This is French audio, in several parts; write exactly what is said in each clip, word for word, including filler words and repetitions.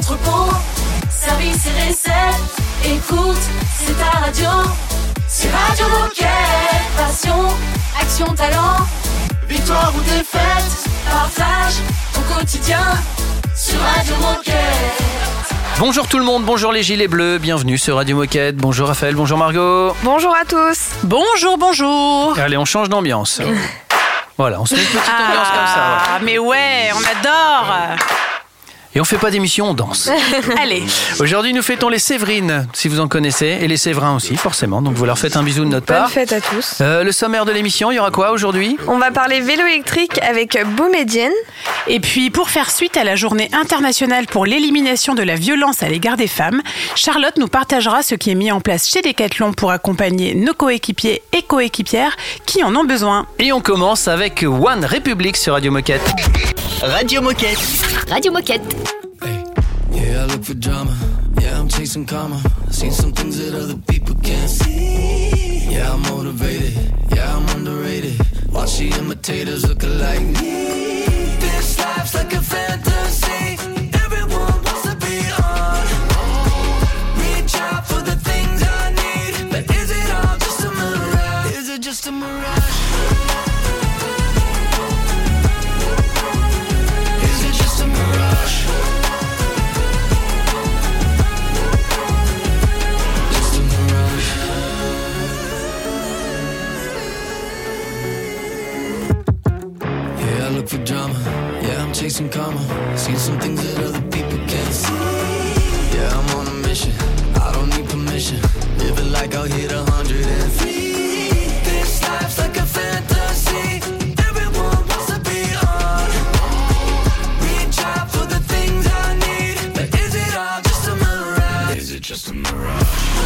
entrepôt, service et recettes. Écoute, c'est ta radio. C'est Radio Moquette. Passion, action, talent. Victoire ou défaite, partage ton quotidien sur Radio Moquette. Bonjour tout le monde, bonjour les gilets bleus, bienvenue sur Radio Moquette. Bonjour Raphaël, bonjour Margot. Bonjour à tous. Bonjour, bonjour. Allez, on change d'ambiance. Voilà, on se met une petite Ah, ambiance comme ça. Ah, mais ouais, on adore. Et on fait pas d'émission, on danse. Allez. Aujourd'hui, nous fêtons les Séverines, si vous en connaissez, et les Séverins aussi, forcément. Donc vous leur faites un bisou de notre Bonne part. fête à tous. Euh, le sommaire de l'émission, il y aura quoi aujourd'hui ? On va parler vélo électrique avec Boumedienne. Et puis, pour faire suite à la journée internationale pour l'élimination de la violence à l'égard des femmes, Charlotte nous partagera ce qui est mis en place chez Decathlon pour accompagner nos coéquipiers et coéquipières qui en ont besoin. Et on commence avec One Republic sur Radio Moquette. Radio Moquette. Radio Moquette. Hey, yeah, I look for drama. Yeah, I'm chasing karma. Seen some things that other people can't see. Yeah, I'm motivated. Yeah, I'm underrated. Watch the imitators look alike me. This life's like a fantasy. Everyone wants to be on. Reach out for the things I need. But is it all just a mirage? Is it just a mirage? For drama, yeah, I'm chasing karma. Seen some things that other people can't see. Yeah, I'm on a mission. I don't need permission. Living like I'll hit a hundred and three. This life's like a fantasy. Everyone wants to be on. Reach out for the things I need. But is it all just a mirage? Is it just a mirage?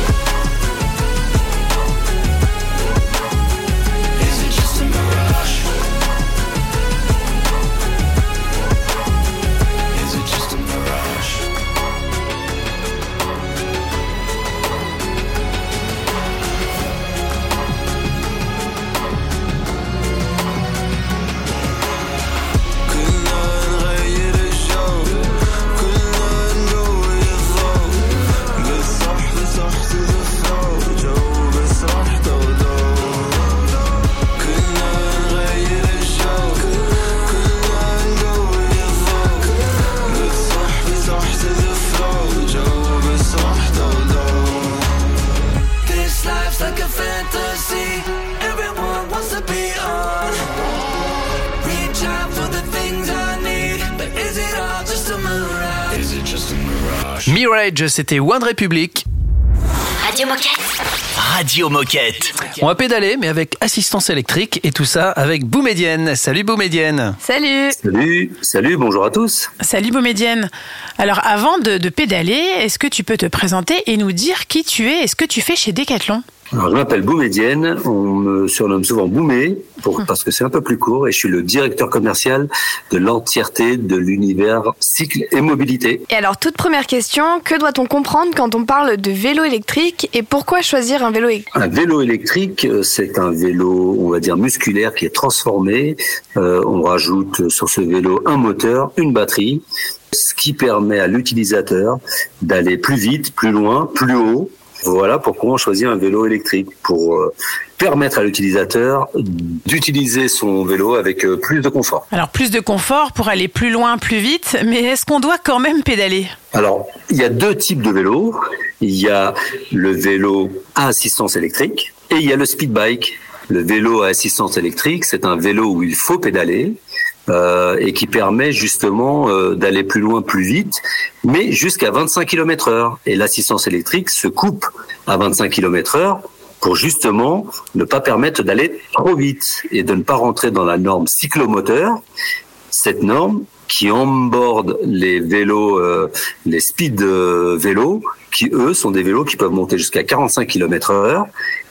Mirage, c'était One Republic. Radio Moquette. Radio Moquette. On va pédaler, mais avec assistance électrique, et tout ça avec Boumedienne. Salut Boumedienne. Salut. Salut, salut, bonjour à tous. Salut Boumedienne. Alors, avant de, de pédaler, est-ce que tu peux te présenter et nous dire qui tu es et ce que tu fais chez Decathlon ? Alors, je m'appelle Boumedienne, on me surnomme souvent Boumé, pour, parce que c'est un peu plus court, et je suis le directeur commercial de l'entièreté de l'univers cycle et mobilité. Et alors, toute première question, que doit-on comprendre quand on parle de vélo électrique et pourquoi choisir un vélo électrique ? Un vélo électrique, c'est un vélo, on va dire, musculaire qui est transformé. Euh, on rajoute sur ce vélo un moteur, une batterie, ce qui permet à l'utilisateur d'aller plus vite, plus loin, plus haut. Voilà pourquoi on choisit un vélo électrique, pour euh, permettre à l'utilisateur d'utiliser son vélo avec euh, plus de confort. Alors, plus de confort pour aller plus loin, plus vite, mais est-ce qu'on doit quand même pédaler ? Alors, il y a deux types de vélos. Il y a le vélo à assistance électrique et il y a le speed bike. Le vélo à assistance électrique, c'est un vélo où il faut pédaler. Euh, et qui permet justement euh, d'aller plus loin, plus vite, mais jusqu'à vingt-cinq kilomètres heure. Et l'assistance électrique se coupe à vingt-cinq kilomètres heure pour justement ne pas permettre d'aller trop vite et de ne pas rentrer dans la norme cyclomoteur. Cette norme qui onboard les vélos, euh, les speed euh, vélos, qui eux sont des vélos qui peuvent monter jusqu'à quarante-cinq kilomètres heure,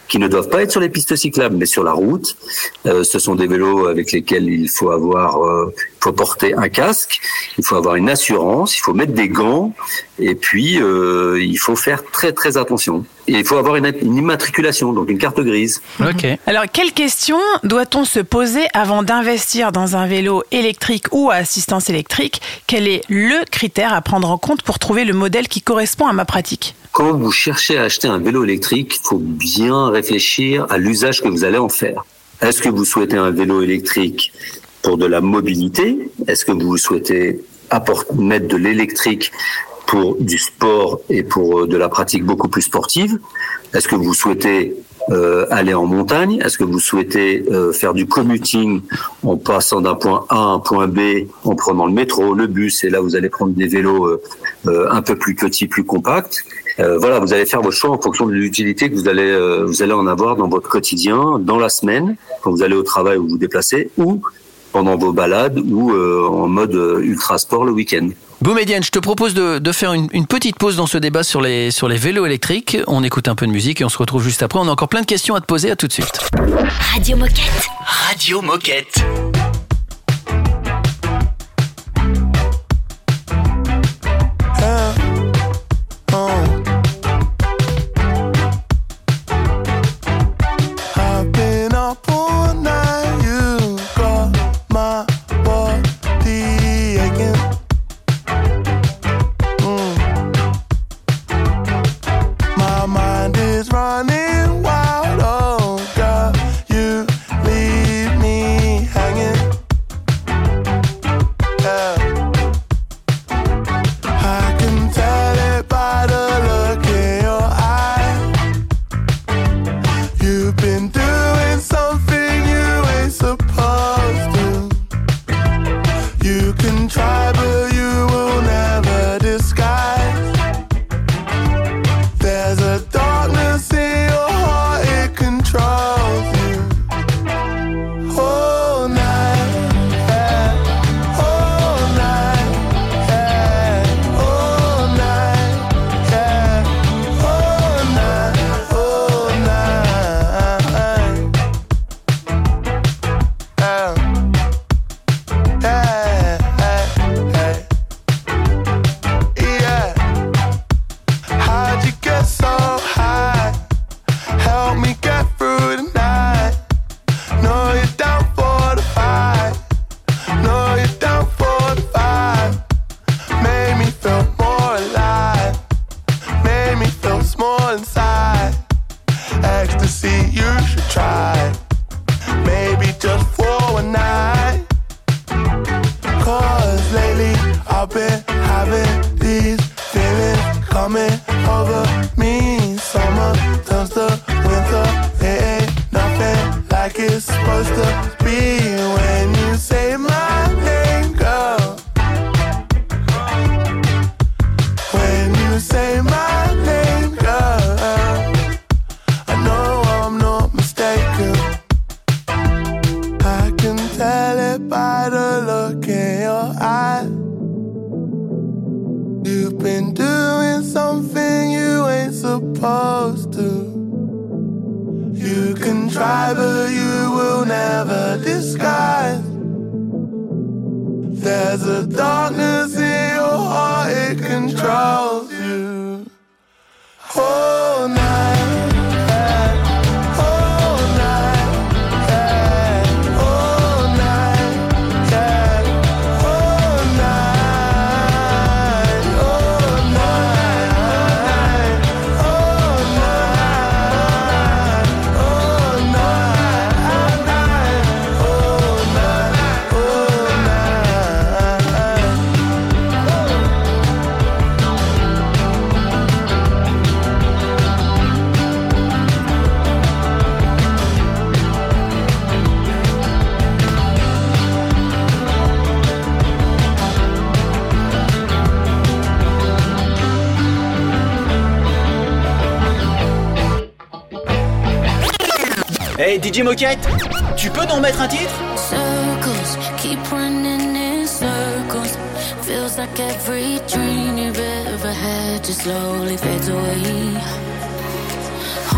qui ne doivent pas être sur les pistes cyclables, mais sur la route. Euh, ce sont des vélos avec lesquels il faut avoir, euh, il faut porter un casque, il faut avoir une assurance, il faut mettre des gants, et puis euh, il faut faire très très attention. Et il faut avoir une, une immatriculation, donc une carte grise. Ok. Alors, quelles questions doit-on se poser avant d'investir dans un vélo électrique ou à assistance électrique ? Quel est le critère à prendre en compte pour trouver le modèle qui correspond à ma pratique ? Quand vous cherchez à acheter un vélo électrique, il faut bien réfléchir à l'usage que vous allez en faire. Est-ce que vous souhaitez un vélo électrique pour de la mobilité ? Est-ce que vous souhaitez apporter, mettre de l'électrique pour du sport et pour de la pratique beaucoup plus sportive? Est-ce que vous souhaitez euh, aller en montagne? Est-ce que vous souhaitez euh, faire du commuting en passant d'un point A à un point B, en prenant le métro, le bus, et là vous allez prendre des vélos euh, euh, un peu plus petits, plus compacts? Euh, voilà, vous allez faire vos choix en fonction de l'utilité que vous allez euh, vous allez en avoir dans votre quotidien, dans la semaine, quand vous allez au travail ou vous vous déplacez, ou pendant vos balades, ou euh, en mode ultra sport le week-end. Boumedienne, je te propose de, de faire une, une petite pause dans ce débat sur les, sur les vélos électriques. On écoute un peu de musique et on se retrouve juste après. On a encore plein de questions à te poser. À tout de suite. Radio Moquette. Radio Moquette. Hey D J Moquette, tu peux nous remettre un titre? Circles keep running in circles. Feels like every dream you've ever had just slowly fades away. Home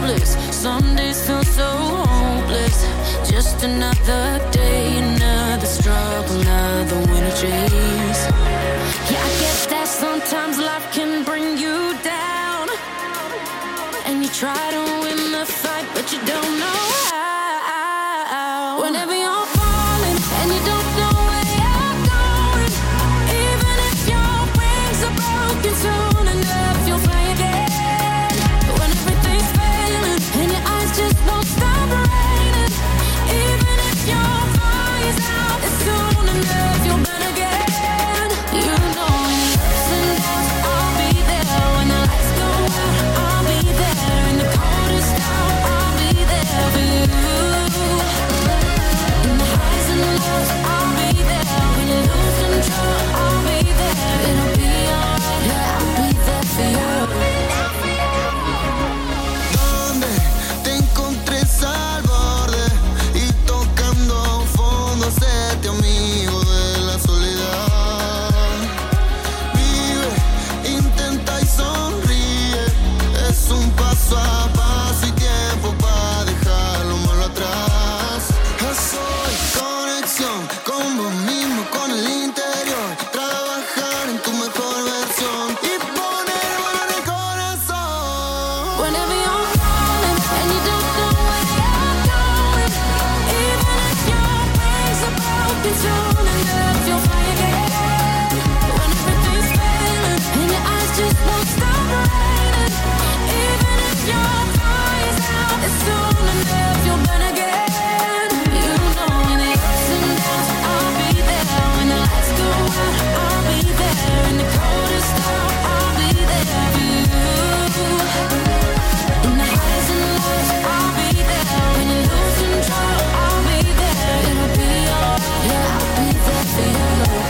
hopeless. Some days feel so hopeless. Just another day, another struggle, another winter chase. Yeah, I guess that sometimes life can bring you down, and you try to win the fight, but you don't know how. Whenever you're falling and you don't know where you're going, even if your wings are broken, soon enough you'll fly again. When everything's failing and your eyes just won't stop raining, even if your fire's out, it's soon enough you'll burn again. You know in the ups and downs, I'll be there. When the lights go out, I'll be there. In the coldest hour, I'll be there for you. In the highs and lows, I'll be there. When you lose control, I'll be there. It'll be alright, yeah, I'll be there for you. Donde te encontres al borde y tocando fondo, séte amigo de la soledad. Vive, intenta y sonríe. Es un paso a paso y tiempo para dejar lo malo atrás. Soy conexión con vos mismo, con el interior. Trabajar en tu mejor versión y poner valor en el corazón. Whenever you're falling and you don't know where you're going, even if your wings are broken, soon enough you'll fly again. When everything's failing and your eyes just won't stop raining, even if your fire's out, it's soon enough you'll burn again. You know in the ups and downs, I'll be there. When the lights go out, I'll be there. In the coldest hour, I'll be there for you. In the highs and lows, I'll be there. When you lose control, I'll be there. It'll be alright, yeah, I'll be there for you.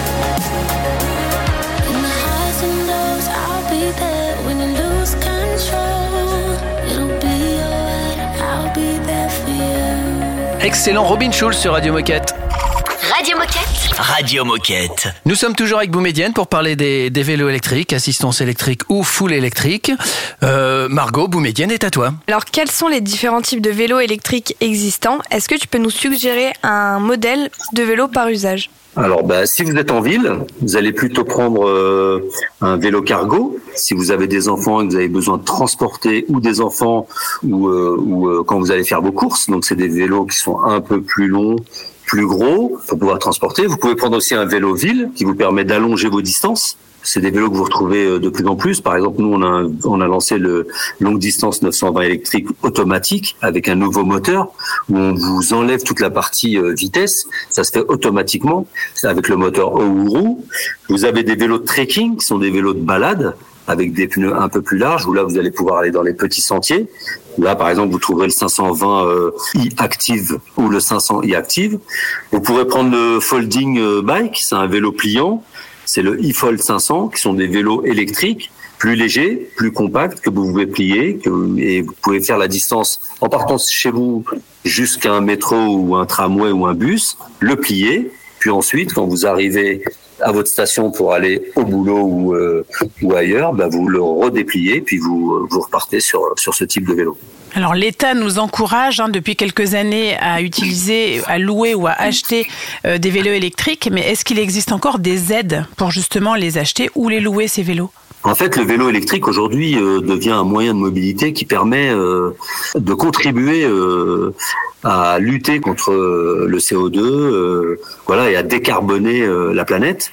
In the highs and lows, I'll be there. When you lose control, it'll be alright, I'll be there for you. Excellent Robin Schulz sur Radio Moquette. Radio Moquette. Radio Moquette. Nous sommes toujours avec Boumedienne pour parler des, des vélos électriques, assistance électrique ou full électrique. Euh, Margot, Boumedienne est à toi. Alors, quels sont les différents types de vélos électriques existants ? Est-ce que tu peux nous suggérer un modèle de vélo par usage ? Alors, bah, si vous êtes en ville, vous allez plutôt prendre euh, un vélo cargo. Si vous avez des enfants et que vous avez besoin de transporter ou des enfants ou, euh, ou euh, quand vous allez faire vos courses, donc c'est des vélos qui sont un peu plus longs, plus gros pour pouvoir transporter. Vous pouvez prendre aussi un vélo ville qui vous permet d'allonger vos distances. C'est des vélos que vous retrouvez de plus en plus. Par exemple, nous, on a, on a lancé le longue distance neuf cent vingt électrique automatique avec un nouveau moteur où on vous enlève toute la partie vitesse. Ça se fait automatiquement. C'est avec le moteur Ouru. Vous avez des vélos de trekking qui sont des vélos de balade avec des pneus un peu plus larges où là, vous allez pouvoir aller dans les petits sentiers. Là, par exemple, vous trouverez le cinq cent vingt euh, e-Active ou le cinq cents e-Active. Vous pourrez prendre le folding bike. C'est un vélo pliant. C'est le e-Fold cinq cents, qui sont des vélos électriques, plus légers, plus compacts, que vous pouvez plier, que vous, et vous pouvez faire la distance en partant chez vous jusqu'à un métro ou un tramway ou un bus, le plier, puis ensuite, quand vous arrivez à votre station pour aller au boulot ou, euh, ou ailleurs, bah vous le redépliez, puis vous, vous repartez sur, sur ce type de vélo. Alors l'État nous encourage hein, depuis quelques années à utiliser, à louer ou à acheter euh, des vélos électriques, mais est-ce qu'il existe encore des aides pour justement les acheter ou les louer, ces vélos ? En fait, le vélo électrique aujourd'hui euh, devient un moyen de mobilité qui permet euh, de contribuer euh, à lutter contre euh, le C O deux, euh, voilà, et à décarboner euh, la planète.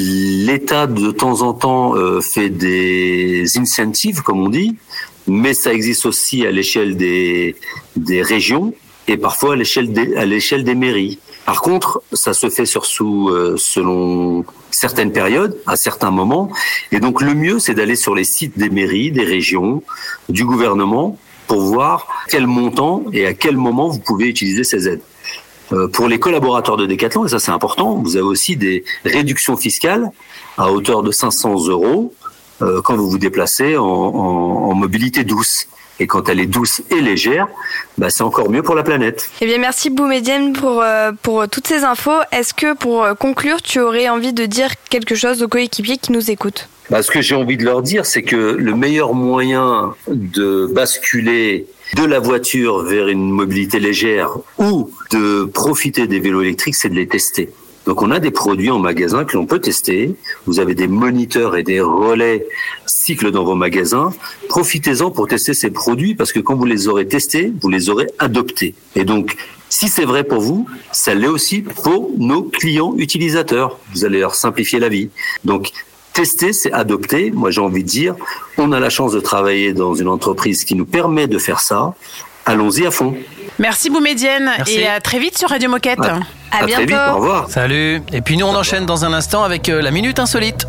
L'État de temps en temps euh, fait des incentives, comme on dit, mais ça existe aussi à l'échelle des des régions et parfois à l'échelle des à l'échelle des mairies. Par contre, ça se fait sur sous euh, selon certaines périodes, à certains moments, et donc le mieux, c'est d'aller sur les sites des mairies, des régions, du gouvernement, pour voir quel montant et à quel moment vous pouvez utiliser ces aides. Euh, pour les collaborateurs de Decathlon, et ça c'est important, vous avez aussi des réductions fiscales à hauteur de cinq cents euros euh, quand vous vous déplacez en, en, en mobilité douce. Et quand elle est douce et légère, bah c'est encore mieux pour la planète. Eh bien, merci Boumedienne pour, euh, pour toutes ces infos. Est-ce que pour conclure, tu aurais envie de dire quelque chose aux coéquipiers qui nous écoutent ? Bah, ce que j'ai envie de leur dire, c'est que le meilleur moyen de basculer de la voiture vers une mobilité légère ou de profiter des vélos électriques, c'est de les tester. Donc on a des produits en magasin que l'on peut tester. Vous avez des moniteurs et des relais cycles dans vos magasins. Profitez-en pour tester ces produits parce que quand vous les aurez testés, vous les aurez adoptés. Et donc, si c'est vrai pour vous, ça l'est aussi pour nos clients utilisateurs. Vous allez leur simplifier la vie. Donc, tester, c'est adopter. Moi, j'ai envie de dire, on a la chance de travailler dans une entreprise qui nous permet de faire ça. Allons-y à fond. Merci Boumedienne Merci. et à très vite sur Radio Moquette. À, À à bientôt. très vite, au revoir. Salut. Et puis nous, on enchaîne dans un instant avec euh, la Minute Insolite.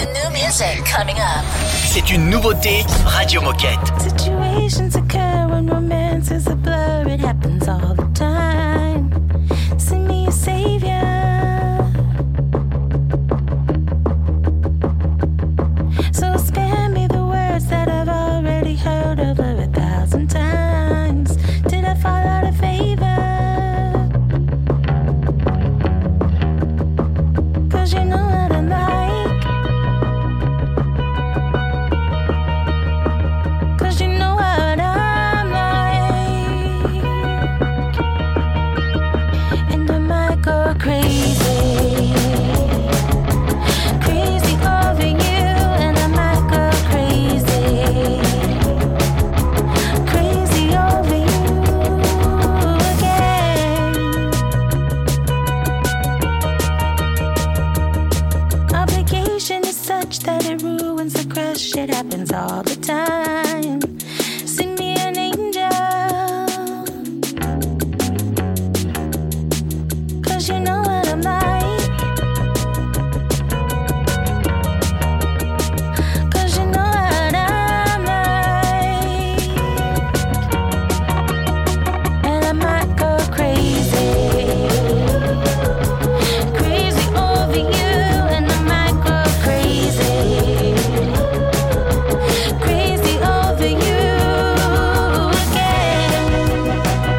C'est une nouveauté Radio Moquette. Situations occur when romance is a blur. It happens all the time. Send me a savior. So spare me the words that I've already heard over a thousand times. Did I fall out of favor? Cause you know what I'm like. Cause you know what I'm like. And I might go crazy. Crazy over you. And I might go crazy. Crazy over you again. Obligation is such that it ruins the crush. It happens all the time. Sing me an angel. Cause you know what I'm like. Cause you know what I'm like. And I might go crazy. Crazy over you. And I might go crazy. Crazy over you again.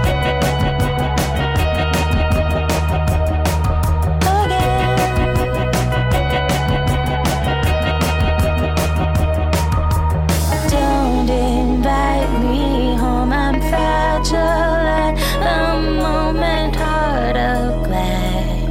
Again. Don't invite me home. I'm fragile at a moment, heart of glass.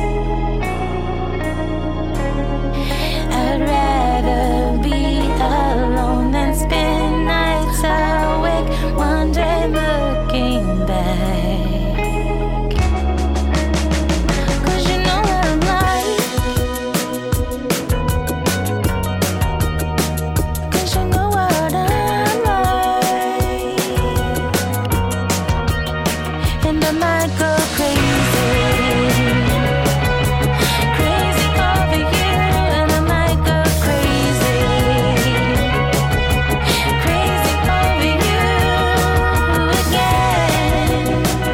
I'd rather be alone than spend nights awake, wondering, looking back. Cause you know what I'm like. Cause you know what I'm like. And I might go crazy. Crazy over you. And I might go crazy. Crazy over you again.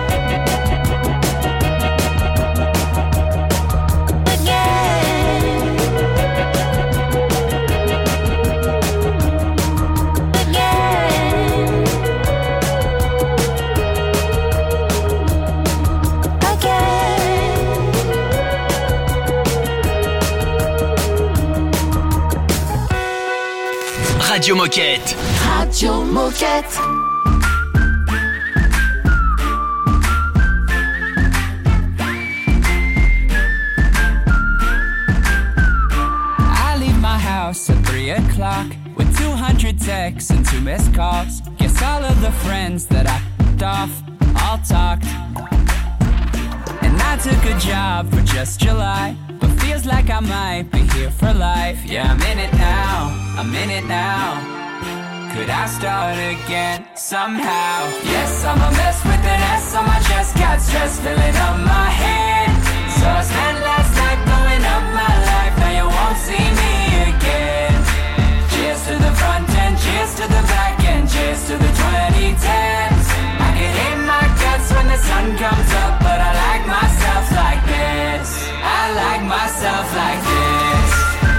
Radio Moquette. Radio Moquette. I leave my house at three o'clock with two hundred texts and two missed calls. Guess all of the friends that I f***ed off all talked. And I took a job for just July, but feels like I might be here for life. Yeah, I'm in it now, I'm in it now. Could I start again somehow? Yes, I'm a mess with an S on my chest. Got stress filling up my head. So I spent last night blowing up my life. Now you won't see me again. Cheers to the front end, cheers to the back end, cheers to the twenty tens. I can hit my guts when the sun comes up, but I like myself like this. I like myself like this.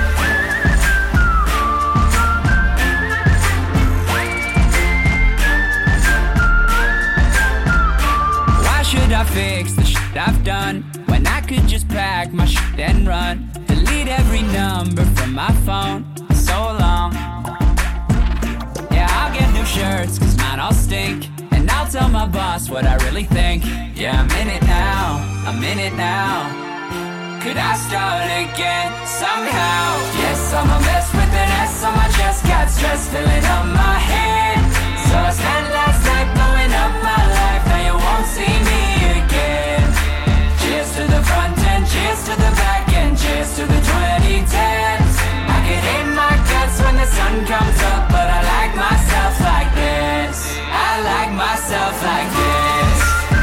Why should I fix the shit I've done when I could just pack my shit and run? Delete every number from my phone. So long. Yeah, I'll get new shirts, cause mine all stink. And I'll tell my boss what I really think. Yeah, I'm in it now, I'm in it now. Could I start again somehow? Yes, I'm a mess with an S on my chest. Got stress filling up my head. So I spent last night blowing up my life. Now you won't see me again. Cheers to the front end, cheers to the back end, cheers to the twenty tens. I could hate my guts when the sun comes up, but I like myself like this. I like myself like this.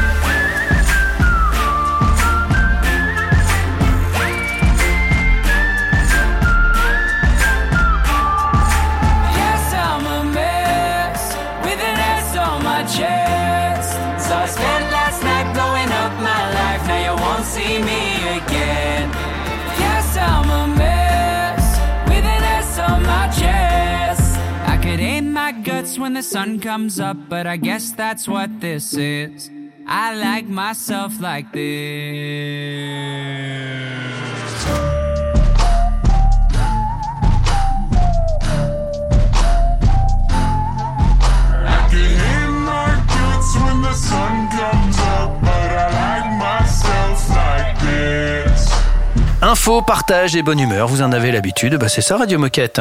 Yes, I'm a mess with an S on my chest. So I spent last night blowing up my life. Now you won't see me again. Yes, I'm a mess with an S on my chest. I could hate my guts when the sun comes up, but I guess that's what this is. I like myself like this. I can hate my guts when the sun comes up, but I like myself like this. Info, partage et bonne humeur, vous en avez l'habitude, bah c'est ça Radio Moquette.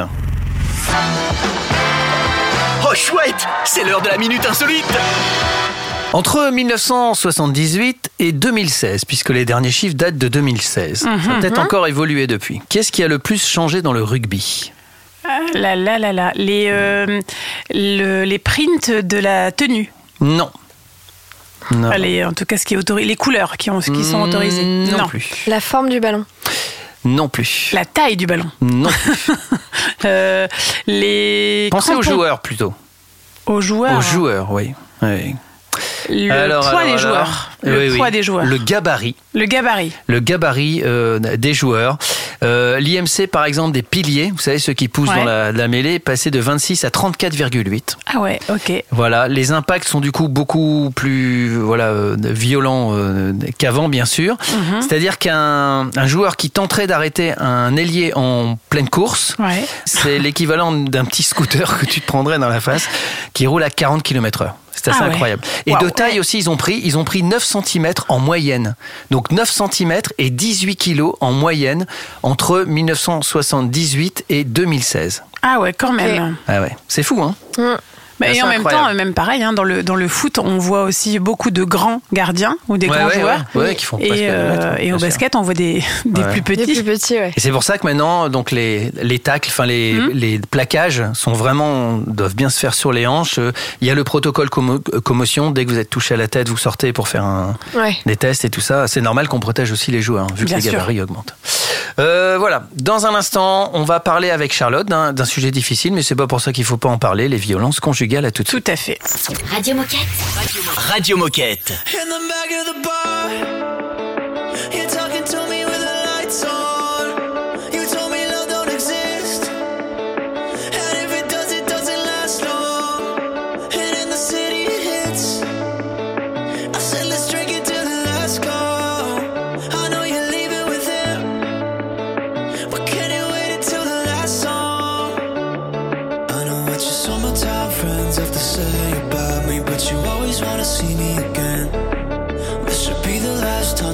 Oh chouette, c'est l'heure de la minute insolite. Entre dix-neuf cent soixante-dix-huit et deux mille seize, puisque les derniers chiffres datent de deux mille seize, Mhm, ça a peut-être mhm. encore évolué depuis. Qu'est-ce qui a le plus changé dans le rugby ? Ah là là là là, les, euh, le- les prints de la tenue. Non. Non. Enfin, les- en tout cas, ce qui est autorisé, les couleurs qui, ont, qui sont autorisées. Mm, non plus. La forme du ballon. Non plus. La taille du ballon. Non plus. Euh, les Pensez aux crampons. joueurs plutôt. Aux joueurs. Aux joueurs, oui. oui. Le Alors, poids alors, des alors. joueurs. Le Oui, oui. poids des joueurs. Le gabarit. Le gabarit. Le gabarit euh, des joueurs. Euh, L'I M C, par exemple, des piliers, vous savez, ceux qui poussent Ouais. dans la, la mêlée, est passé de vingt-six à trente-quatre virgule huit. Ah ouais, ok. Voilà, les impacts sont du coup beaucoup plus voilà, euh, violents euh, qu'avant, bien sûr. Mhm. C'est-à-dire qu'un un joueur qui tenterait d'arrêter un ailier en pleine course, Ouais. c'est l'équivalent d'un petit scooter que tu te prendrais dans la face, qui roule à quarante kilomètres heure. C'est assez Ah ouais. incroyable. Et Waouh. de taille aussi, ils ont pris, ils ont pris neuf centimètres en moyenne. Donc neuf centimètres et dix-huit kilos en moyenne entre dix-neuf cent soixante-dix-huit et deux mille seize. Ah ouais, quand même. Ah ouais, c'est fou, hein? Mm. Bah, Ah, et c'est en même incroyable. temps, même pareil, hein, dans, le, dans le foot, on voit aussi beaucoup de grands gardiens ou des Ouais, grands ouais, joueurs. ouais, ouais, qui font presque et, deux euh, mètres, et bien au sûr. basket, on voit des, des Ouais. plus Les petits. plus petits, ouais. Et c'est pour ça que maintenant, donc les, les tacles, enfin les, Mhm. les plaquages sont vraiment doivent bien se faire sur les hanches. Il y a le protocole commo- commotion. Dès que vous êtes touché à la tête, vous sortez pour faire un, Ouais. des tests et tout ça. C'est normal qu'on protège aussi les joueurs, hein, vu Bien que les sûr. gabarits augmentent. Euh, voilà. Dans un instant, on va parler avec Charlotte d'un, d'un sujet difficile, mais c'est pas pour ça qu'il faut pas en parler. Les violences conjugales, à tout de suite. Tout à fait. Radio Moquette. Radio Moquette. In the back of the bar, you're talking to me with the lights on. You told me love don't exist, and if it does, it doesn't last long. And in the city it hits. I said let's drink it till the last call. I know you're leaving with him, but can you wait until the last song? I know what your summertime friends have to say about me, but you always wanna see me again. This should be the last time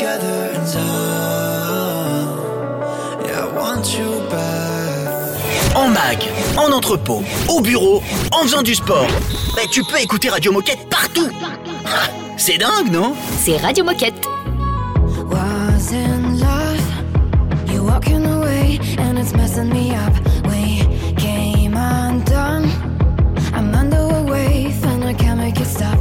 together and down. Yeah, I want you back. En mag, en entrepôt, au bureau, en faisant du sport. Bah, tu peux écouter Radio Moquette partout. Ah, c'est dingue, non? C'est Radio Moquette. Was in love, you walking away and it's messing me up. We came undone. I'm under a wave and I can't make it stop.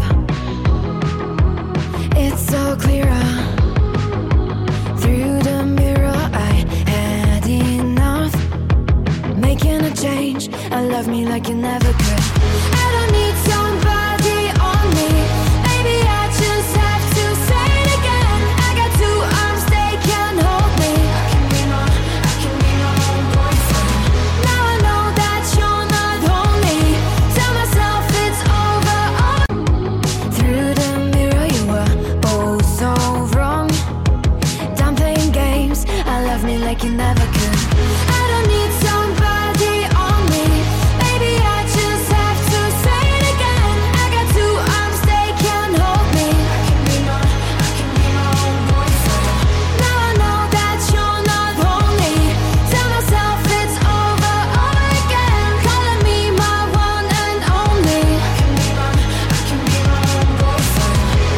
It's so clear through the mirror. I had enough making a change. I love me like you never could. I don't need somebody on me. Maybe I just have to say it again. I got two arms, they can hold me. I can be my, I can be my own boyfriend. Now I know that you're not lonely. Tell myself it's over. Oh. Through the mirror you were both so wrong. Done playing games. I love me like you never could. I don't need somebody on me. Maybe I just have to say it again. I got two arms, they can hold me. I can be my, I can be my own boyfriend. Now I know that you're not lonely. Tell myself it's over, over again. Calling me my one and only. I can be my, I can be my own boyfriend.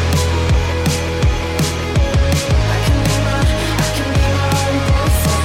I can be my, I can be my own boyfriend.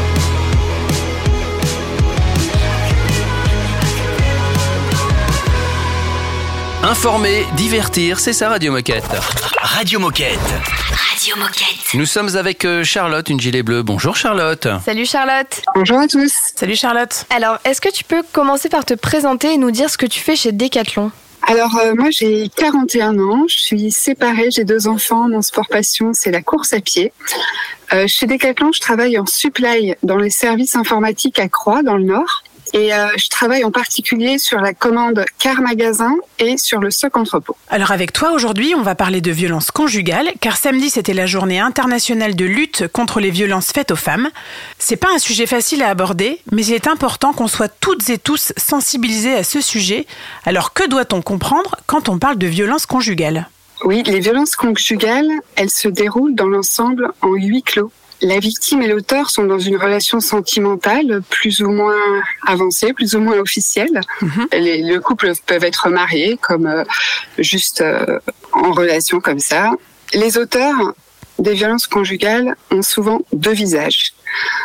Informer, divertir, c'est ça Radio Moquette. Radio Moquette. Radio Moquette. Nous sommes avec euh, Charlotte, une gilet bleue. Bonjour Charlotte. Salut Charlotte. Bonjour à tous. Salut Charlotte. Alors, est-ce que tu peux commencer par te présenter et nous dire ce que tu fais chez Decathlon ? Alors euh, moi j'ai quarante et un ans, je suis séparée, j'ai deux enfants, mon sport passion c'est la course à pied. Euh, chez Decathlon je travaille en supply dans les services informatiques à Croix dans le Nord. Et euh, je travaille en particulier sur la commande car magasin et sur le stock entrepôt. Alors avec toi aujourd'hui, on va parler de violences conjugales, car samedi c'était la journée internationale de lutte contre les violences faites aux femmes. C'est pas un sujet facile à aborder, mais il est important qu'on soit toutes et tous sensibilisés à ce sujet. Alors que doit-on comprendre quand on parle de violences conjugales ? Oui, les violences conjugales, elles se déroulent dans l'ensemble en huis clos. La victime et l'auteur sont dans une relation sentimentale plus ou moins avancée, plus ou moins officielle. Mmh. Les, le couple peuvent être mariés comme euh, juste euh, en relation comme ça. Les auteurs des violences conjugales ont souvent deux visages.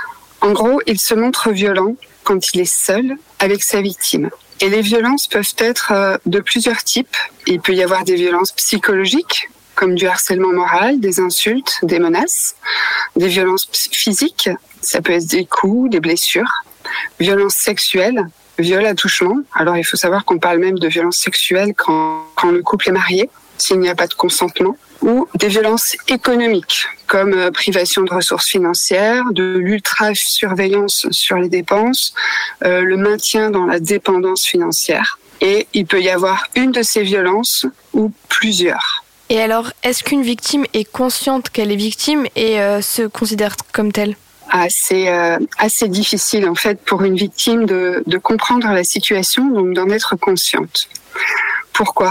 En gros, il se montre violent quand il est seul avec sa victime. Et les violences peuvent être euh, de plusieurs types. Il peut y avoir des violences psychologiques, comme du harcèlement moral, des insultes, des menaces, des violences physiques, ça peut être des coups, des blessures, violences sexuelles, viol, attouchement. Alors il faut savoir qu'on parle même de violences sexuelles quand, quand le couple est marié, s'il n'y a pas de consentement, ou des violences économiques, comme euh, privation de ressources financières, de l'ultra-surveillance sur les dépenses, euh, le maintien dans la dépendance financière. Et il peut y avoir une de ces violences ou plusieurs. Et alors, est-ce qu'une victime est consciente qu'elle est victime et euh, se considère comme telle ? Ah, c'est euh, assez difficile en fait pour une victime de, de comprendre la situation, donc d'en être consciente. Pourquoi ?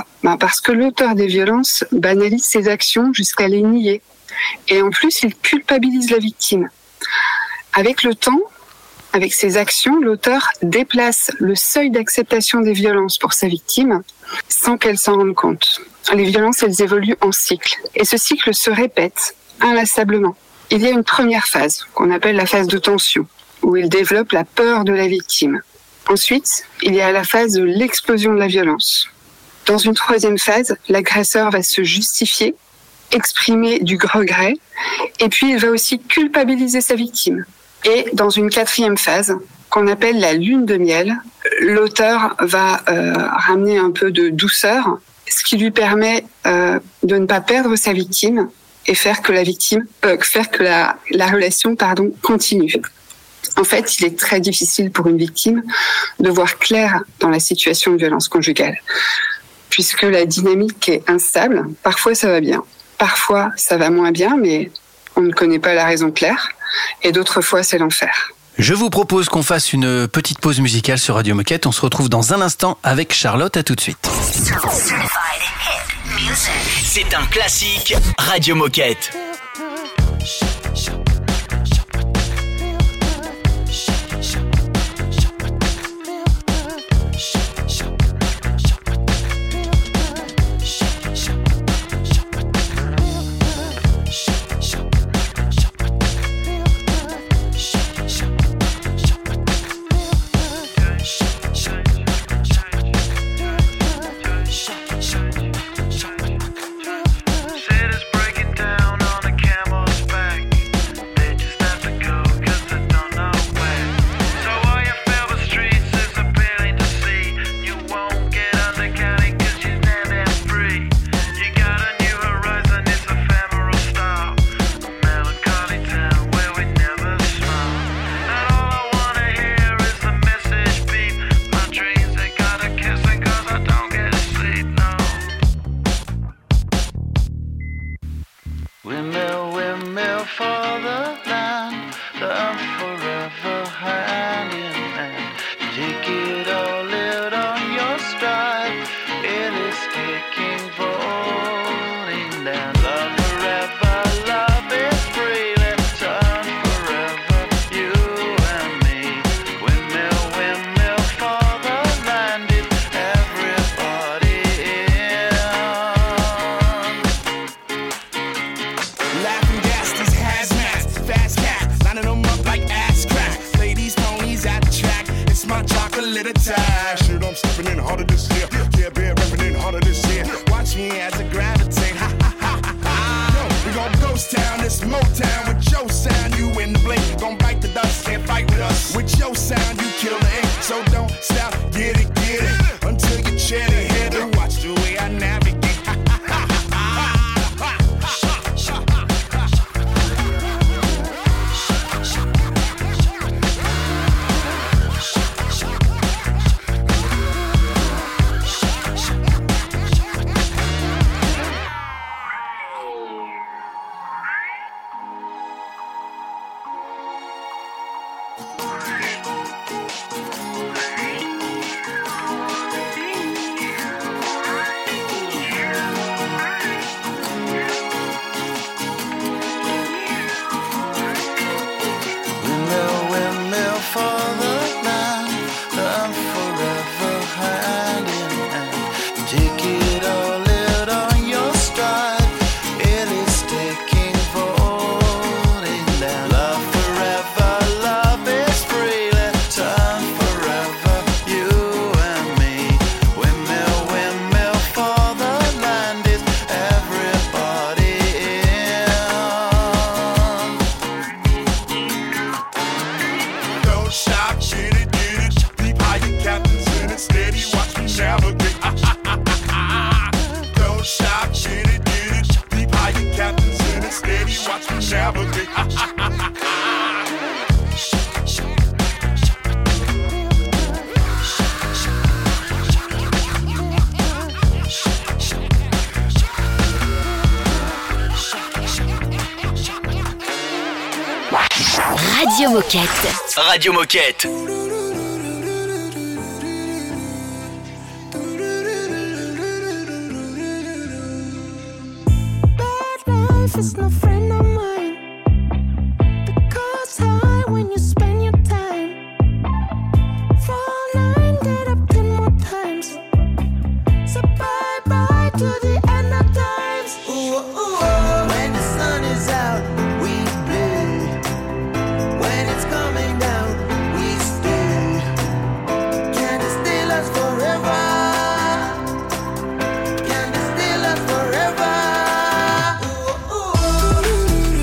Ben parce que l'auteur des violences banalise ses actions jusqu'à les nier. Et en plus, il culpabilise la victime. Avec le temps, avec ses actions, l'auteur déplace le seuil d'acceptation des violences pour sa victime sans qu'elle s'en rende compte. Les violences, elles évoluent en cycle. Et ce cycle se répète inlassablement. Il y a une première phase, qu'on appelle la phase de tension, où il développe la peur de la victime. Ensuite, il y a la phase de l'explosion de la violence. Dans une troisième phase, l'agresseur va se justifier, exprimer du regret, et puis il va aussi culpabiliser sa victime. Et dans une quatrième phase, qu'on appelle la lune de miel, l'auteur va euh, ramener un peu de douceur, ce qui lui permet euh, de ne pas perdre sa victime et faire que la victime, euh, faire que la, la relation, pardon, continue. En fait, il est très difficile pour une victime de voir clair dans la situation de violence conjugale, puisque la dynamique est instable. Parfois, ça va bien, parfois, ça va moins bien, mais on ne connaît pas la raison claire, et d'autres fois, c'est l'enfer. Je vous propose qu'on fasse une petite pause musicale sur Radio Moquette. On se retrouve dans un instant avec Charlotte. À tout de suite. C'est un classique Radio Moquette. fatherland, learn forever hand in hand. Take it all out on your stride. It is taking voting down. Love forever, love is free. Let's turn forever, you and me. Windmill, windmill, fatherland is everybody in. Laughing gas, these hazmats, fast cat, lining them up like ass crack. Play these ponies at the track. It's my chocolate attack. Shit, I'm stepping in harder this year. Yeah, bear repping in harder this year. Watch me as I gravitate. Ha ha ha ha ha. Yo, we gon' ghost town, this Motown with your sound. You in the blink, gon' bite the dust, can't fight with us. With your sound, you kill the ink. So don't stop, get it, get it, until you chat ahead and watch the way I navigate. Windmill, windmill, fatherland, learn forever hand in hand. Take it all out on your stride. It is taking voting down. Love forever, love is free. Let's turn forever, you and me. Windmill, windmill, fatherland is everybody in. Don't stop, get it, get it. Deep high, your captain's in it. Steady, watch me navigate. Ah, ah, ah, ah, ah. Don't stop, get it, get it. Deep high, your captain's in it. Steady, watch me navigate. Ah, ah, ah, ah, ah. Radio Moquette. Radio Moquette. Bad life is no friend of mine. The cost high when you spend your time. Fall nine, get up ten more times. So bye bye to the end of times. Ooh, ooh, ooh. When the sun is out, we play. When it's coming down, we stay. Can it steal us forever? Can it steal us forever? Ooh, ooh.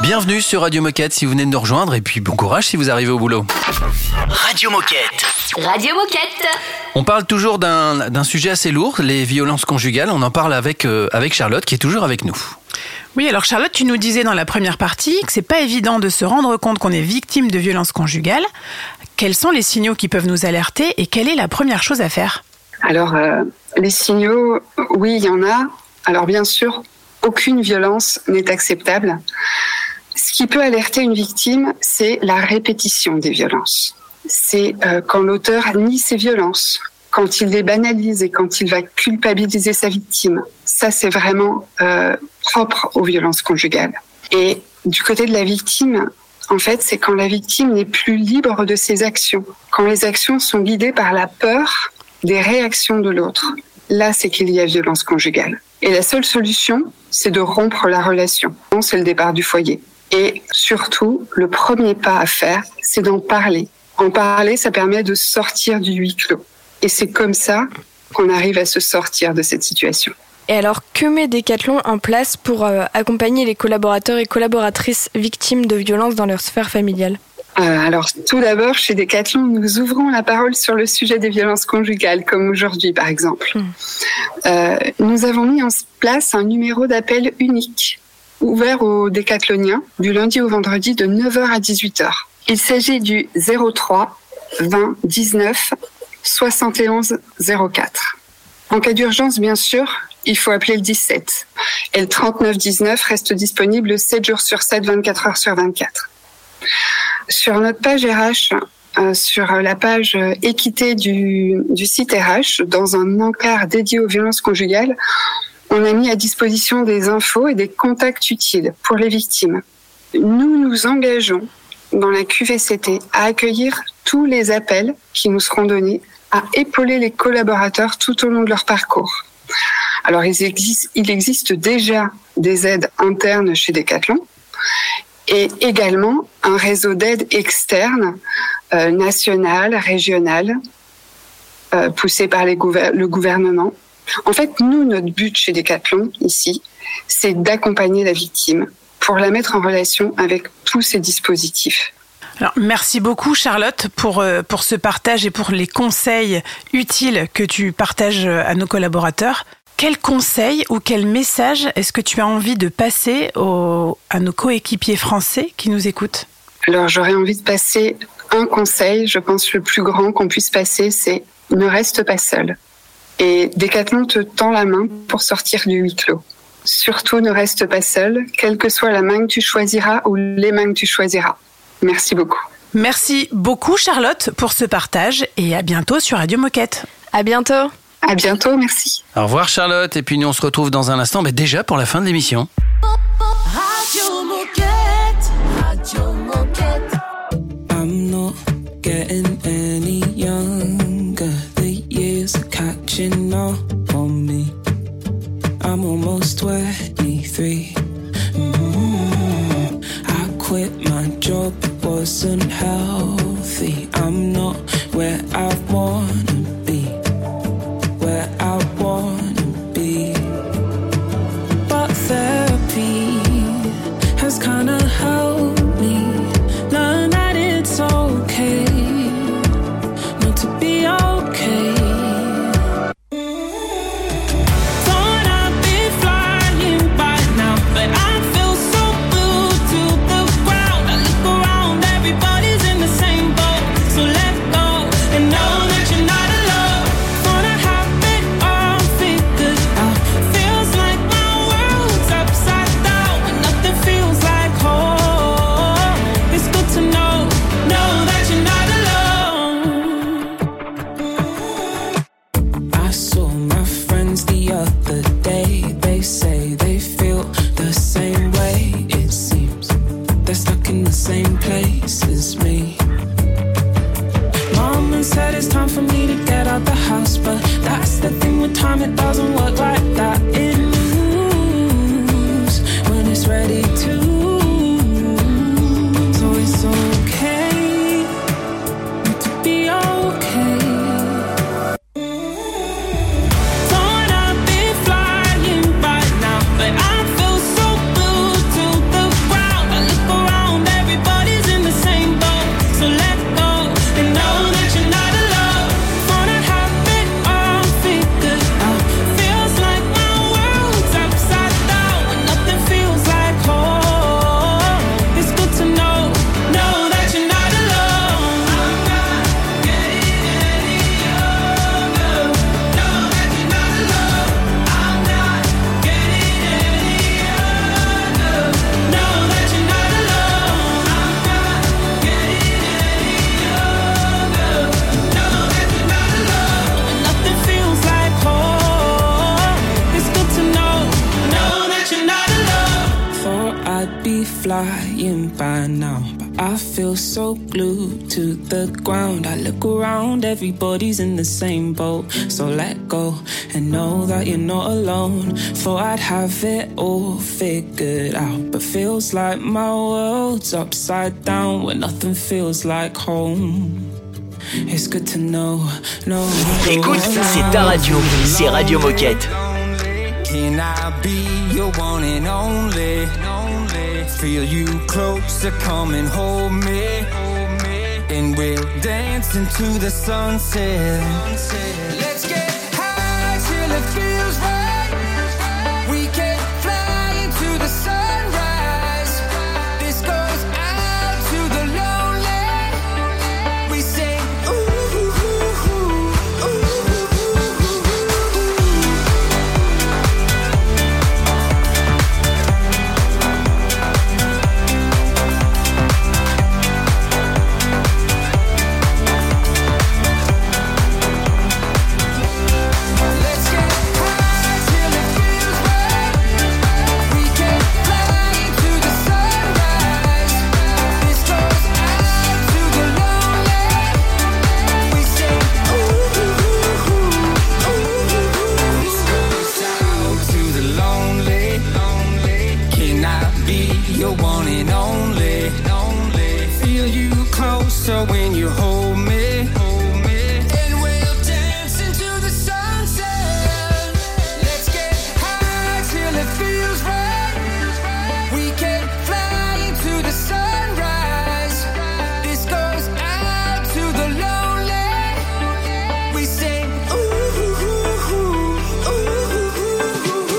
Bienvenue sur Radio Moquette si vous venez de nous rejoindre et puis bon courage si vous arrivez au boulot. Radio Moquette. Radio Moquette. On parle toujours d'un, d'un sujet assez lourd, les violences conjugales. On en parle avec, euh, avec Charlotte qui est toujours avec nous. Oui, alors Charlotte, tu nous disais dans la première partie que c'est pas évident de se rendre compte qu'on est victime de violences conjugales. Quels sont les signaux qui peuvent nous alerter et quelle est la première chose à faire ? Alors, euh, les signaux, oui, il y en a. Alors, bien sûr, aucune violence n'est acceptable. Ce qui peut alerter une victime, c'est la répétition des violences. C'est euh, quand l'auteur nie ses violences, quand il les banalise et quand il va culpabiliser sa victime. Ça, c'est vraiment euh, propre aux violences conjugales. Et du côté de la victime, en fait, c'est quand la victime n'est plus libre de ses actions, quand les actions sont guidées par la peur des réactions de l'autre. Là, c'est qu'il y a violence conjugale. Et la seule solution, c'est de rompre la relation. C'est le départ du foyer. Et surtout, le premier pas à faire, c'est d'en parler. En parler, ça permet de sortir du huis clos. Et c'est comme ça qu'on arrive à se sortir de cette situation. Et alors, que met Decathlon en place pour euh, accompagner les collaborateurs et collaboratrices victimes de violences dans leur sphère familiale ? euh, Alors, tout d'abord, chez Decathlon, nous ouvrons la parole sur le sujet des violences conjugales, comme aujourd'hui, par exemple. Mmh. Euh, nous avons mis en place un numéro d'appel unique, ouvert aux décathloniens, du lundi au vendredi de neuf heures à dix-huit heures. Il s'agit du zéro trois vingt dix-neuf soixante et onze zéro quatre. En cas d'urgence, bien sûr, il faut appeler le dix-sept. Et le trente-neuf dix-neuf reste disponible sept jours sur sept, vingt-quatre heures sur vingt-quatre. Sur notre page R H, euh, sur la page équité du, du site R H, dans un encart dédié aux violences conjugales, on a mis à disposition des infos et des contacts utiles pour les victimes. Nous nous engageons dans la Q V C T à accueillir tous les appels qui nous seront donnés, à épauler les collaborateurs tout au long de leur parcours. Alors, il existe, il existe déjà des aides internes chez Decathlon et également un réseau d'aides externes, euh, national, régional, euh, poussé par les gouver- le gouvernement. En fait, nous, notre but chez Decathlon, ici, c'est d'accompagner la victime pour la mettre en relation avec tous ces dispositifs. Alors, merci beaucoup Charlotte pour, euh, pour ce partage et pour les conseils utiles que tu partages à nos collaborateurs. Quel conseil ou quel message est-ce que tu as envie de passer aux, à nos coéquipiers français qui nous écoutent ? Alors, j'aurais envie de passer un conseil, je pense le plus grand qu'on puisse passer, c'est « ne reste pas seul ». Et Decathlon te tend la main pour sortir du huis clos. Surtout, ne reste pas seul, quelle que soit la main que tu choisiras ou les mains que tu choisiras. Merci beaucoup. Merci beaucoup Charlotte pour ce partage et à bientôt sur Radio Moquette. À bientôt. À bientôt, merci. Au revoir Charlotte et puis nous on se retrouve dans un instant, mais déjà pour la fin de l'émission. Radio Moquette, Radio Moquette. I'm not getting any younger. The years are catching up on me. I'm almost twenty-three. Mm-hmm. I quit my job, it wasn't healthy. I'm not where I wanna be, where I wanna be. But therapy has kinda helped me learn that it's okay not to be okay. Look flying by now, but I feel so glued to the ground. I look around, everybody's in the same boat. So let go and know that you're not alone. Thought I'd have it all figured out, but feels like my world's upside down when nothing feels like home. It's good to know, know. Écoute, c'est ta radio, c'est Radio Moquette. Can I be your one and only? Feel you closer, come and hold me. And we'll dance into the sunset. Let's get high till it feels right. We can fly into the sunrise. This goes out to the lonely. We sing ooh, ooh, ooh, ooh, ooh. You're one and only. Feel you closer when you hold me. And we'll dance into the sunset. Let's get high till it feels right. We can fly into the sunrise. This goes out to the lonely. We sing ooh, ooh, ooh, ooh, ooh, ooh.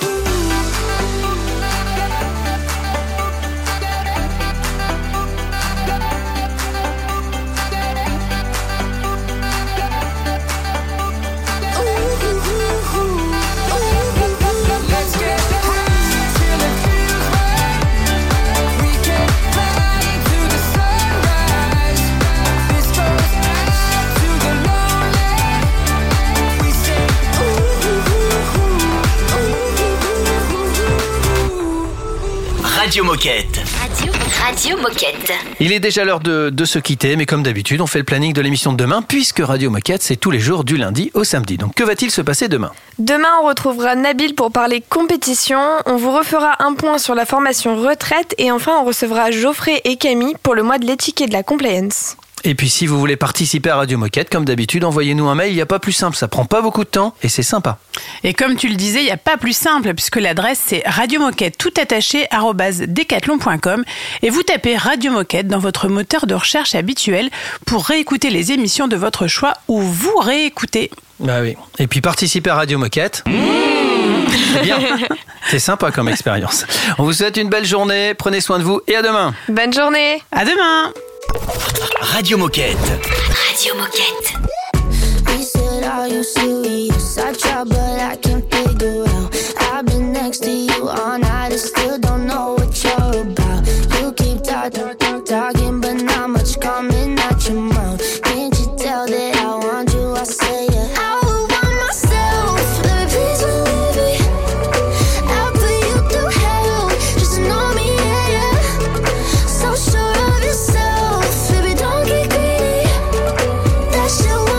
Radio Moquette. Radio, Radio Moquette. Il est déjà l'heure de, de se quitter, mais comme d'habitude, on fait le planning de l'émission de demain, puisque Radio Moquette, c'est tous les jours du lundi au samedi. Donc que va-t-il se passer demain ? Demain, on retrouvera Nabil pour parler compétition. On vous refera un point sur la formation retraite. Et enfin, on recevra Geoffrey et Camille pour le mois de l'éthique et de la compliance. Et puis si vous voulez participer à Radio Moquette, comme d'habitude, envoyez-nous un mail, il n'y a pas plus simple, ça prend pas beaucoup de temps et c'est sympa. Et comme tu le disais, il n'y a pas plus simple puisque l'adresse c'est radiomoquette tout attaché arobase decathlon point com et vous tapez Radio Moquette dans votre moteur de recherche habituel pour réécouter les émissions de votre choix ou vous réécouter. Bah oui. Et puis participer à Radio Moquette. Mmh c'est bien. C'est sympa comme expérience. On vous souhaite une belle journée, prenez soin de vous et à demain. Bonne journée. À demain. Radio Moquette. Radio Moquette. He said, are you serious? I try, but I can't figure out. I've been next to you all night and still don't know what you're about. You keep talking, talking, but not much coming out your mouth. Can't you tell that I want you? I say yeah. I would want myself. Let me please believe me. I'll put you through hell. Just to know me, yeah, yeah. So sure of yourself. Baby, don't get greedy. That's your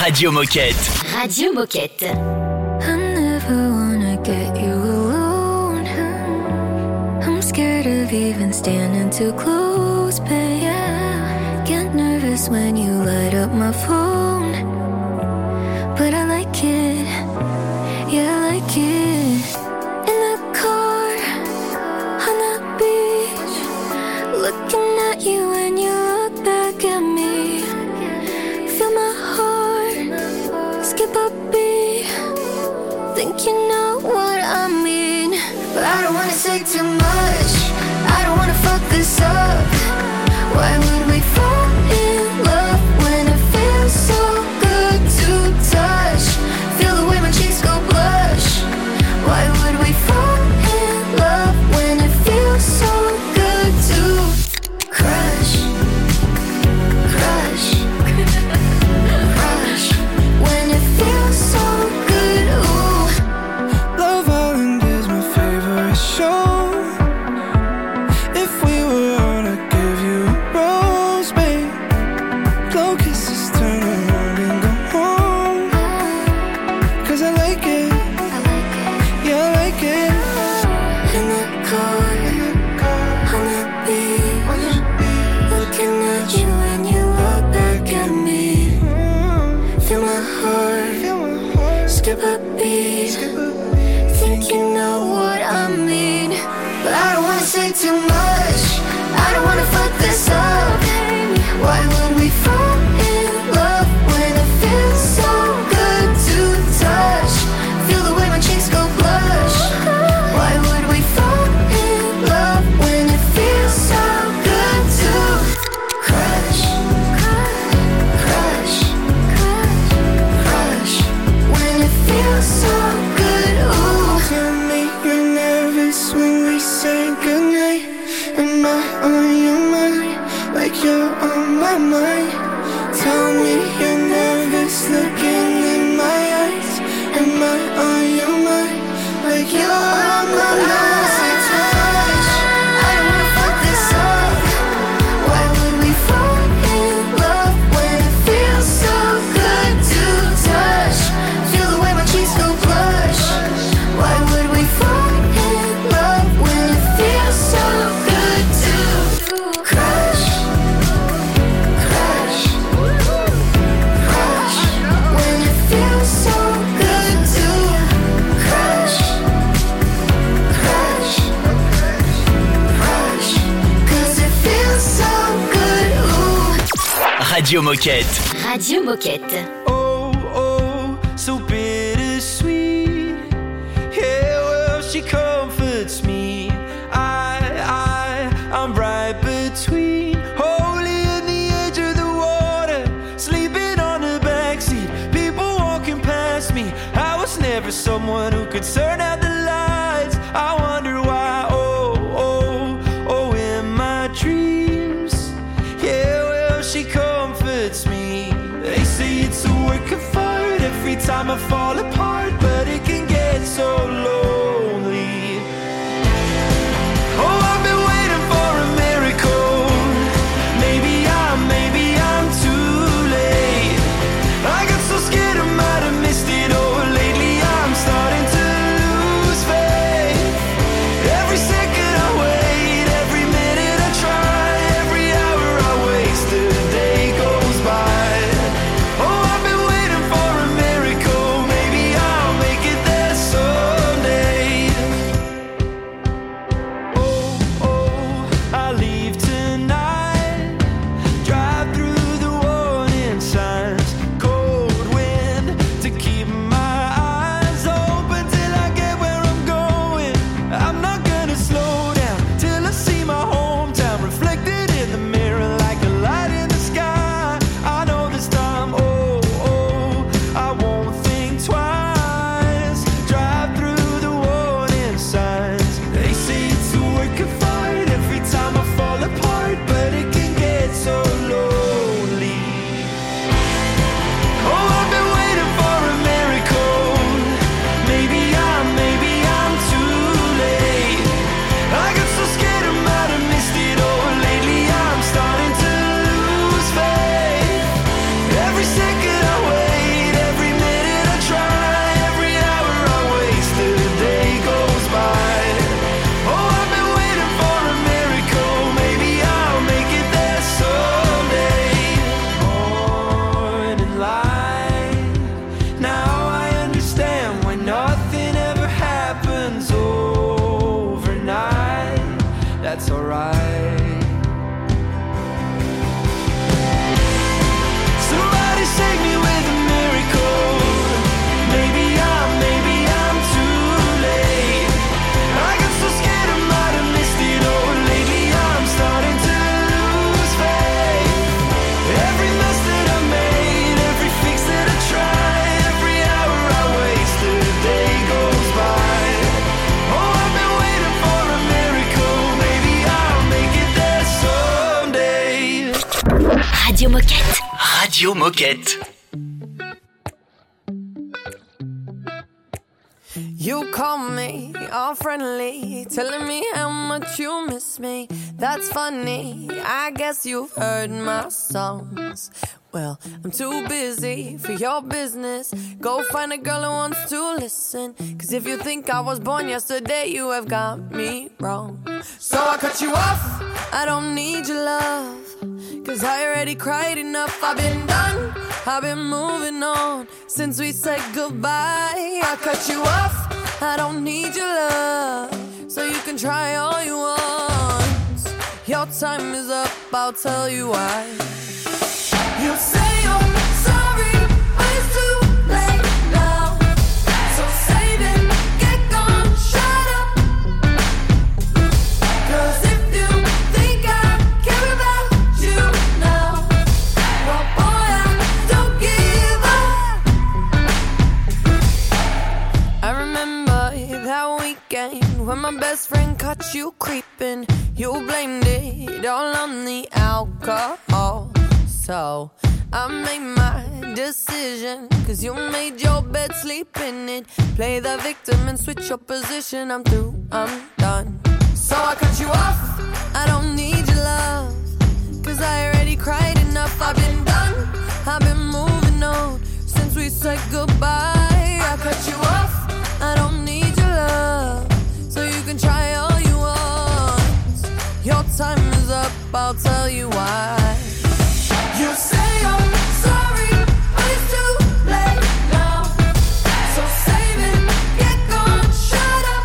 Radio Moquette. Radio Moquette. I never wanna get you alone. I'm scared of even standing too close, but yeah, get nervous when you light up my phone. But I like it, yeah, I like it. In the car, on the beach, looking at you when you look back at me. Feel my heart skip a beat. Think you know what I mean, but I don't wanna say too much. I don't wanna fuck this up. Why would we fall in love when it feels so good to touch? Feel the way my cheeks go blush. Why would we fall in love when it feels so good to crush? Crush. Crush. When it feels so good, ooh. Love Island is my favorite show. If we were on, I'd give you a rose, babe. Blow kisses, turn around and go home. Cause I like it, yeah, I like it. In the car, on the beach, looking at you when you look back at me. Feel my heart skip a beat. Think you know what I mean, but I don't wanna say too much. I don't wanna fuck this up. Why would we fall in love when it feels so good to touch? Feel the way my cheeks go blush. Why would we fall in love when it feels so good to crush? Crush. Crush. When it feels so good, ooh. Tell me you're nervous when we say goodnight. Am I on your mind? Like you're on my mind. Tell me you're nervous looking in my eyes. Am I on your mind? Like you're on my mind. Say too much. I don't wanna fuck this up. Why would we fall in love when it feels so good to touch? Feel the way my cheeks go blush. Why would we fall in love when it feels so good to crush? Crush. Crush. When it feels so good to crush. Crush. Crush. Cause it feels so good, ooh. Radio Moquette. Radio Moquette. Oh, oh, so bittersweet. Yeah, well, she comforts me. I, I, I'm right between holy and the edge of the water, sleeping on the backseat. People walking past me. I was never someone who could turn out the lights. I wonder why. Oh, oh, oh, in my dreams. Yeah, well, she comforts me. They say it's a work of art every time I fall apart, but it can get so lonely. Oh, I've been waiting for a miracle. Maybe I'm, maybe I'm too late. I got so scared I might have missed it. Oh, lately I'm starting to lose faith. Every second I wait, every minute I try, every hour I waste, a day goes by. Oh, I've been waiting for a miracle. Maybe I'm Radio Moquette. Radio Moquette. You call me all friendly, telling me how much you miss me. That's funny, I guess you've heard my songs. Well, I'm too busy for your business. Go find a girl who wants to listen. Cause if you think I was born yesterday, you have got me wrong. So I cut you off, I don't need your love. Cause I already cried enough, I've been done, I've been moving on since we said goodbye. I cut you off, I don't need your love. So you can try all you want. Your time is up, I'll tell you why. You say you're sorry, but it's too late now. So save it, get gone, shut up. Cause if you think I care about you now, well boy, I don't give up. I remember that weekend when my best friend caught you creeping. You blamed it all on the alcohol. So I made my decision, cause you made your bed, sleep in it. Play the victim and switch your position. I'm through, I'm done. So I cut you off, I don't need your love. Cause I already cried enough, I've been done, I've been moving on since we said goodbye. I cut you off, I don't need your love. So you can try all you want. Your time is up, I'll tell you why. You say you're sorry, but it's too late now. So save it, get gone, shut up.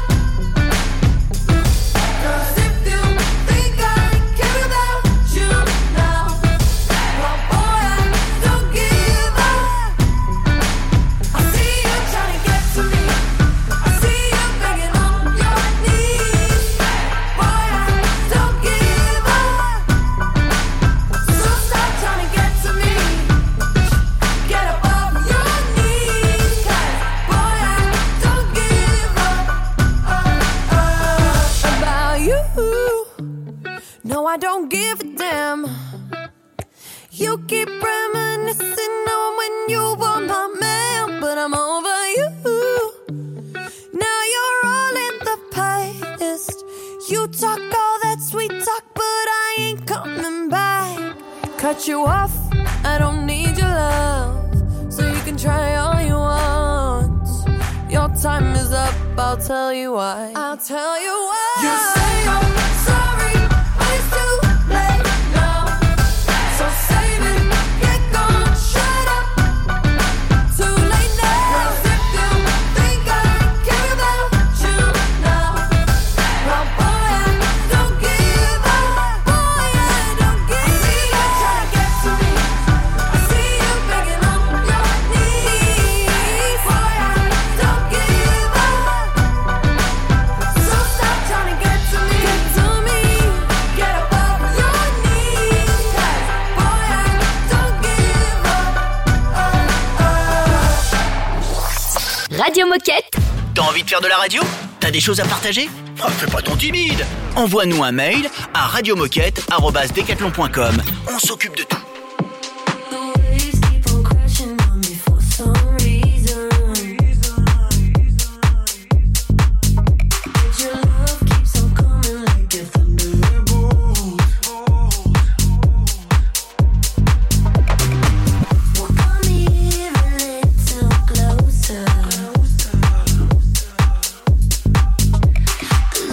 Cause if you think I care about you now, well boy, I don't give up. I see you trying to get to me, I see you begging on your knees. Boy, I don't give up. So stop trying to get to me. Get above your knees. Cause boy, I don't give up uh, uh, about you. No, I don't give a damn. You keep reminiscing on when you were my man, but I'm over you. Now you're all in the past. You talk all that sweet talk, but I ain't coming back. Cut you off, I don't need your love. So you can try all you want. Your time is up, I'll tell you why. I'll tell you why. You say you're sorry, but it's too late now. So save it, get gone, shut up. Too late now. Cause if you think I care about you now, well boy, I don't give up. Boy, I don't give up. I see you trying to get to me, I see you begging on your knees. Boy, I don't give up. So stop trying to get to me, get to me. Get above your knees. Cause boy, I don't give up. Radio Moquette. T'as envie de faire de la radio? T'as des choses à partager? Oh, fais pas ton timide. Envoie-nous un mail à radiomoquette arobase decathlon point com. On s'occupe de tout.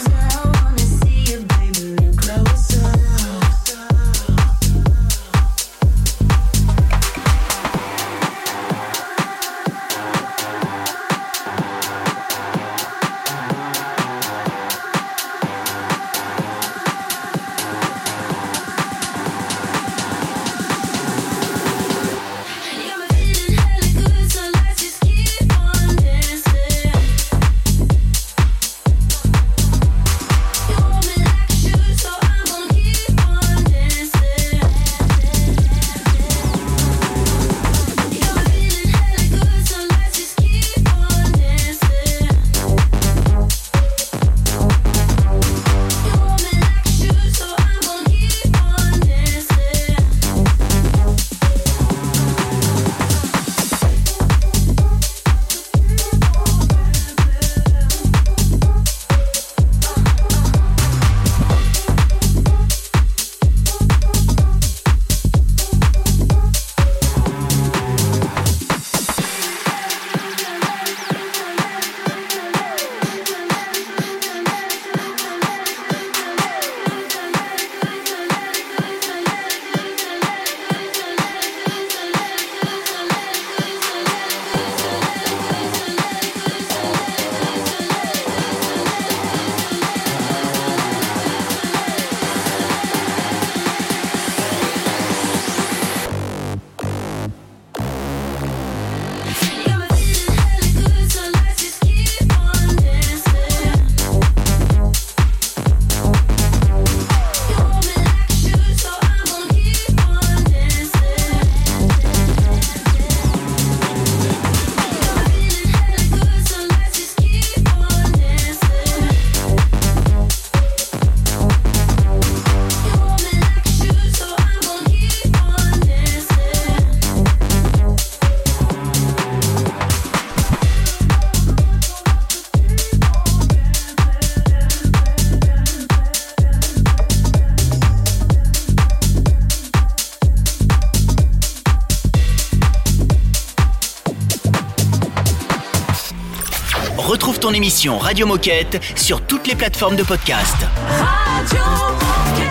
Closer. Retrouve ton émission Radio Moquette sur toutes les plateformes de podcast. Radio Moquette.